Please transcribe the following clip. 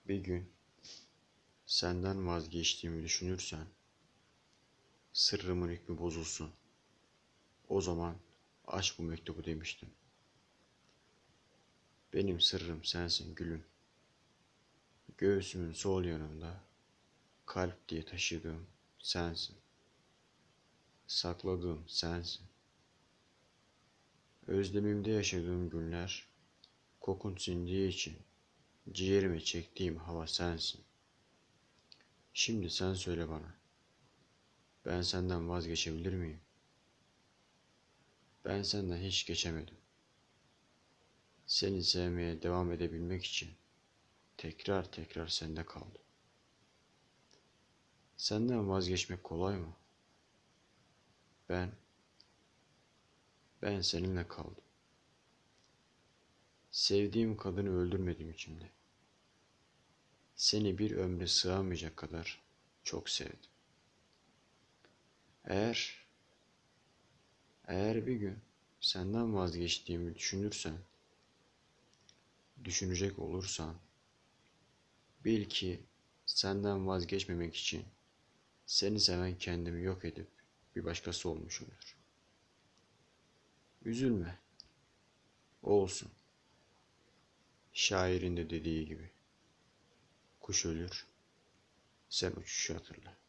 Bir gün senden vazgeçtiğimi düşünürsen sırrımın hükmü bozulsun. O zaman aç bu mektubu demiştim. Benim sırrım sensin gülüm. Göğsümün sol yanında kalp diye taşıdığım sensin. Sakladığım sensin. Özlemimde yaşadığım günler kokun sindiği için ciğerime çektiğim hava sensin. Şimdi sen söyle bana. Ben senden vazgeçebilir miyim? Ben senden hiç geçemedim. Seni sevmeye devam edebilmek için tekrar tekrar sende kaldım. Senden vazgeçmek kolay mı? Ben, ben seninle kaldım. Sevdiğim kadını öldürmedim içimde. Seni bir ömre sığamayacak kadar çok sevdim. Eğer, eğer bir gün senden vazgeçtiğimi düşünecek olursan, bil ki senden vazgeçmemek için seni seven kendimi yok edip bir başkası olmuşumdur. Üzülme, olsun. Şairin de dediği gibi, kuş ölür, sen uçuşu hatırla.